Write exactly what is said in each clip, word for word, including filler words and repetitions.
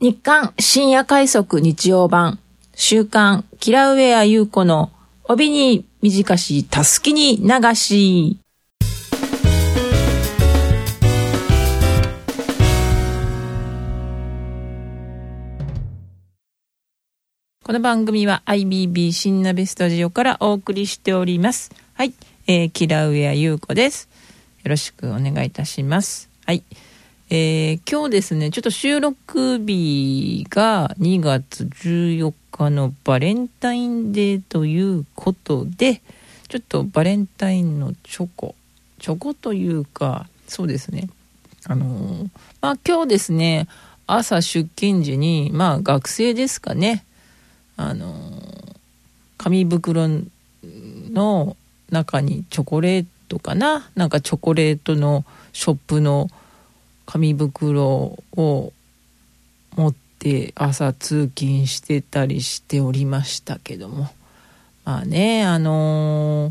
日刊深夜快速日曜版週刊キラウェア優子の帯に短したすきに流し。この番組は アイビービー 新鍋スタジオからお送りしております。はい、えー、キラウェア優子です。よろしくお願いいたします。はい、えー、今日ですね、ちょっと収録日がにがつじゅうよっかのバレンタインデーということで、ちょっとバレンタインのチョコチョコというか、そうですね、あのー、まあ今日ですね、朝出勤時に、まあ学生ですかね、あのー、紙袋の中にチョコレートかな、なんかチョコレートのショップの紙袋を持って朝通勤してたりしておりましたけども、まあね、あのー、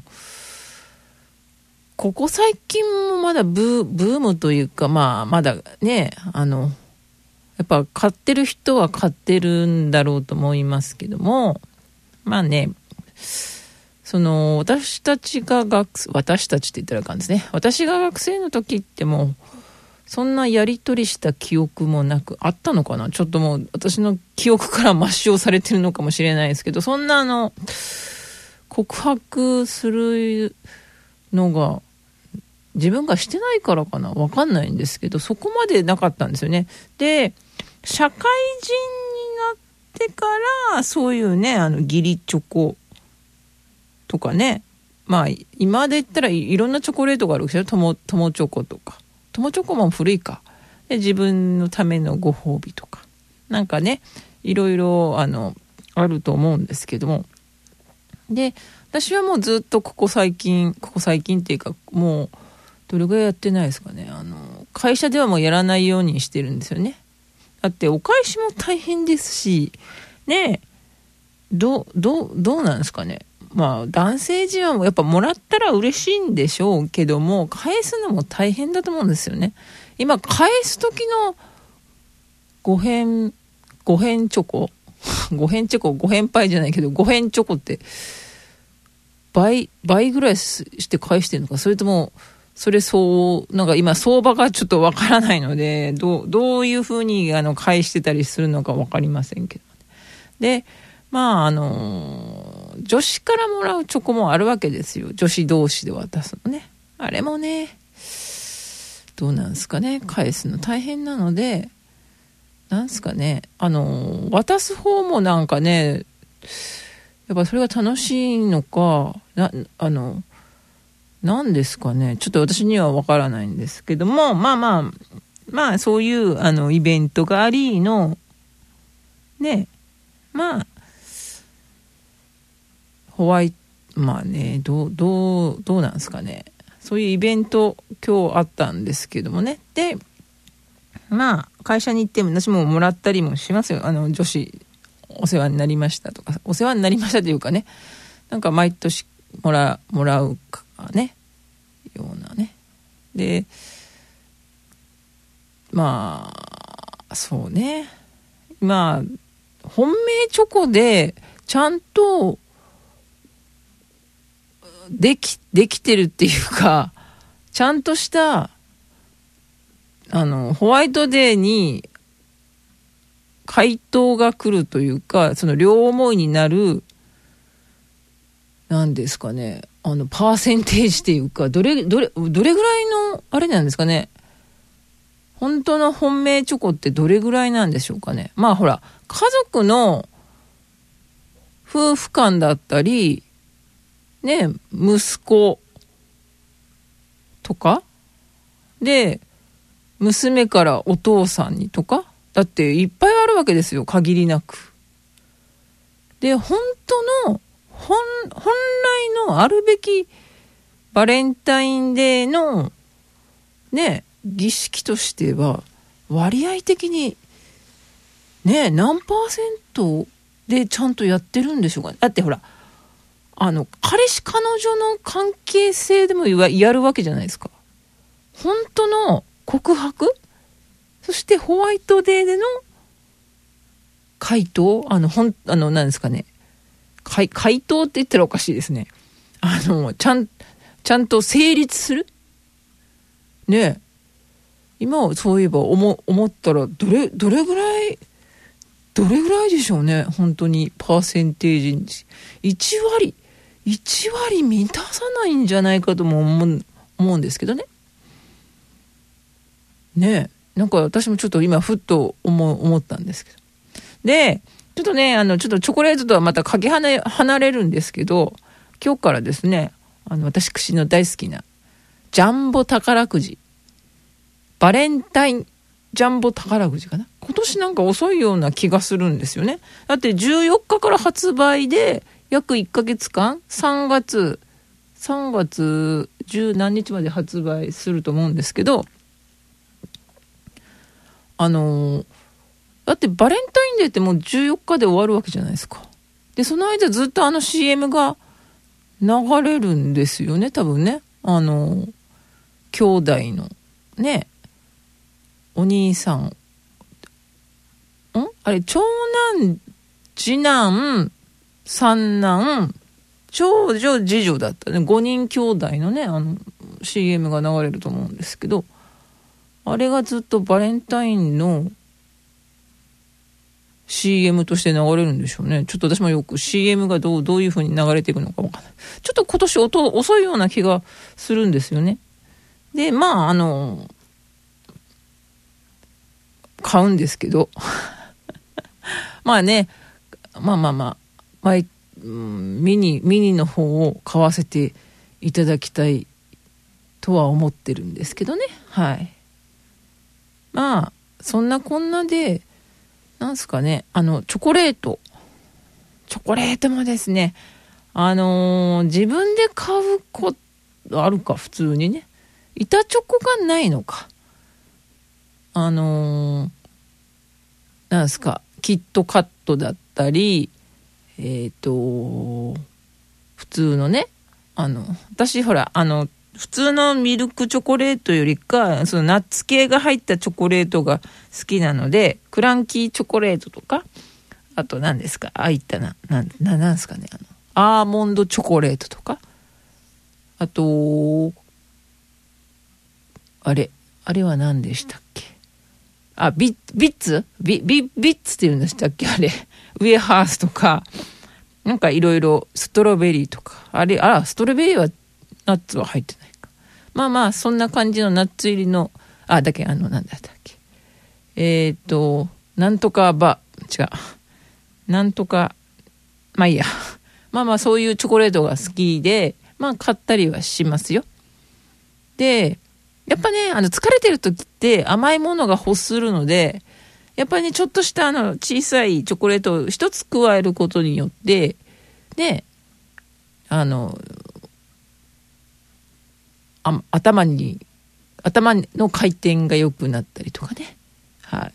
ここ最近もまだブー、ブームというか、まあまだね、あのやっぱ買ってる人は買ってるんだろうと思いますけども、まあね、その私たちが学私たちって言ったらあかんですね。私が学生の時ってもうそんなやり取りした記憶もなく、あったのかな、ちょっともう私の記憶から抹消されてるのかもしれないですけど、そんなあの告白するのが自分がしてないからかな、わかんないんですけど、そこまでなかったんですよね。で、社会人になってからそういうね、あの義理チョコとかね、まあ今で言ったらいろんなチョコレートがあるんですよ。友友チョコとか、友チョコも古いかで、自分のためのご褒美とかなんかね、いろいろあのあると思うんですけども、で私はもうずっとここ最近ここ最近っていうか、もうどれぐらいやってないですかね、あの会社ではもうやらないようにしてるんですよね。だってお返しも大変ですしね、どうどうどうなんですかね。まあ男性陣はもやっぱもらったら嬉しいんでしょうけども、返すのも大変だと思うんですよね。今返す時のご返ご返チョコご返チョコご返パイじゃないけどご返チョコって倍倍ぐらいして返してるのか、それともそれそうなんか今相場がちょっとわからないので、どうどういう風にあの返してたりするのかわかりませんけど、でまああの女子からもらうチョコもあるわけですよ。女子同士で渡すのね。あれもね、どうなんですかね、返すの大変なので、なんですかね、あの渡す方もなんかね、やっぱそれが楽しいのかな、あのなんですかね、ちょっと私にはわからないんですけども、まあまあまあそういうあのイベントがありのね、まあホワイト、まあね、どうどうどうなんですかね、そういうイベント今日あったんですけどもね。でまあ会社に行っても私ももらったりもしますよ。あの女子お世話になりましたとか、お世話になりましたというかね、なんか毎年もらもらうかね、ようなね。でまあそうね、まあ本命チョコでちゃんとできできてるっていうか、ちゃんとしたあのホワイトデーに回答が来るというか、その両思いになる、なんですかね、あのパーセンテージっていうか、どれどれどれぐらいのあれなんですかね、本当の本命チョコってどれぐらいなんでしょうかね。まあほら、家族の夫婦間だったりね、息子とかで娘からお父さんにとか、だっていっぱいあるわけですよ、限りなく。で本当の本本来のあるべきバレンタインデーのね儀式としては割合的にね何パーセントでちゃんとやってるんでしょうかね。だってほら、あの彼氏彼女の関係性でもやるわけじゃないですか。本当の告白、そしてホワイトデーでの回答あの、ほん、あの、何ですかね。回、回答って言ったらおかしいですね。あの、ちゃん、ちゃんと成立するねえ。今、そういえば思、思ったら、どれ、どれぐらい、どれぐらいでしょうね。本当に、パーセンテージに。いち割、いち割満たさないんじゃないかとも思う、思うんですけどね。ねえ。なんか私もちょっと今、ふっと思、思ったんですけど。で、ちょっとね、あの、ちょっとチョコレートとはまたかけ離れ、離れるんですけど、今日からですね、あの、私の大好きな、ジャンボ宝くじ。バレンタインジャンボ宝くじかな。今年なんか遅いような気がするんですよね。だってじゅうよっかから発売で、約いっかげつかん、さんがつ、さんがつじゅう何日まで発売すると思うんですけど、あのー、だってバレンタインデーってもうじゅうよっかで終わるわけじゃないですか。で、その間ずっとあの シーエム が流れるんですよね、多分ね。あの、兄弟の、ね、お兄さん、んあれ、長男、次男、三男、長女、次女だったね。ごにん兄弟のね、あの、シーエム が流れると思うんですけど、あれがずっとバレンタインの シーエム として流れるんでしょうね。ちょっと私もよく シーエム がどう、どういう風に流れていくのかわかんない。ちょっと今年音遅いような気がするんですよね。で、まあ、あの、買うんですけど。まあね、まあまあまあ、前、うん、ミニ、ミニの方を買わせていただきたいとは思ってるんですけどね。はい。まあ、そんなこんなで、なんすかね、あの、チョコレート。チョコレートもですね、あのー、自分で買うことあるか、普通にね。板チョコがないのか。あのー、なんすか、キットカットだったり、えっと、普通のね、あの、私ほら、あの、普通のミルクチョコレートよりか、そのナッツ系が入ったチョコレートが好きなので、クランキーチョコレートとか、あと何ですか、ああいったな、な、な、なんですかね、あの、アーモンドチョコレートとか、あと、あれ、あれは何でしたっけ。あ、ビ、ビッツビ、ビ、ビッツって言うんでしたっけあれ。ウェハースとか、なんかいろいろ、ストロベリーとか。あれ、あら、ストロベリーは、ナッツは入ってないか。まあまあ、そんな感じのナッツ入りの、あ、だけ、あの、なんだったっけ。えっと、なんとかバ、違う。なんとか、まあいいや。まあまあ、そういうチョコレートが好きで、まあ、買ったりはしますよ。で、やっぱね、あの、疲れてる時って甘いものが欲するので、やっぱりね、ちょっとしたあの、小さいチョコレートを一つ加えることによって、で、あの、あ頭に、頭の回転が良くなったりとかね、はい、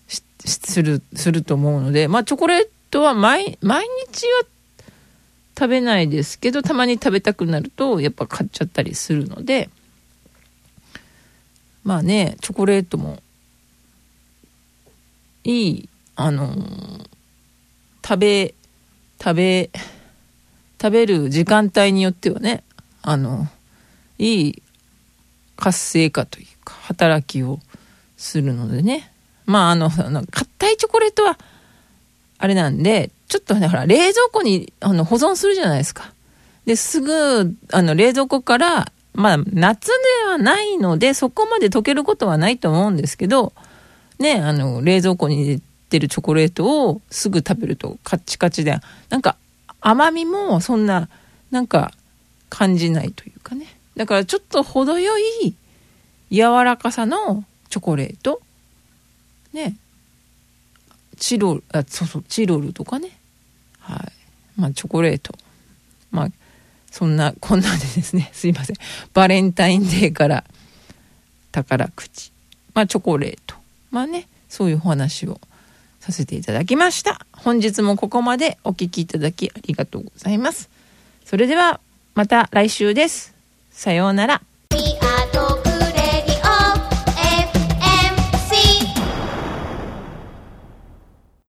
し、する、すると思うので、まあ、チョコレートは毎、毎日は食べないですけど、たまに食べたくなると、やっぱ買っちゃったりするので、まあね、チョコレートも、いい、あのー、食べ、食べ、食べる時間帯によってはね、あの、いい活性化というか、働きをするのでね。まあ、あの、硬いチョコレートは、あれなんで、ちょっとね、ほら、冷蔵庫にあの保存するじゃないですか。で、すぐ、あの、冷蔵庫から、まあ、夏ではないので、そこまで溶けることはないと思うんですけど、ね、あの、冷蔵庫に入れてるチョコレートをすぐ食べるとカッチカチで、なんか甘みもそんな、なんか感じないというかね。だからちょっと程よい柔らかさのチョコレート。ね。チロル、あ、そうそう、チロルとかね。はい。まあ、チョコレート。まあ、そんな、こんなんでですね、すいません。バレンタインデーから宝くじ。まあ、チョコレート。まあね、そういうお話をさせていただきました。本日もここまでお聞きいただきありがとうございます。それではまた来週です。さようなら。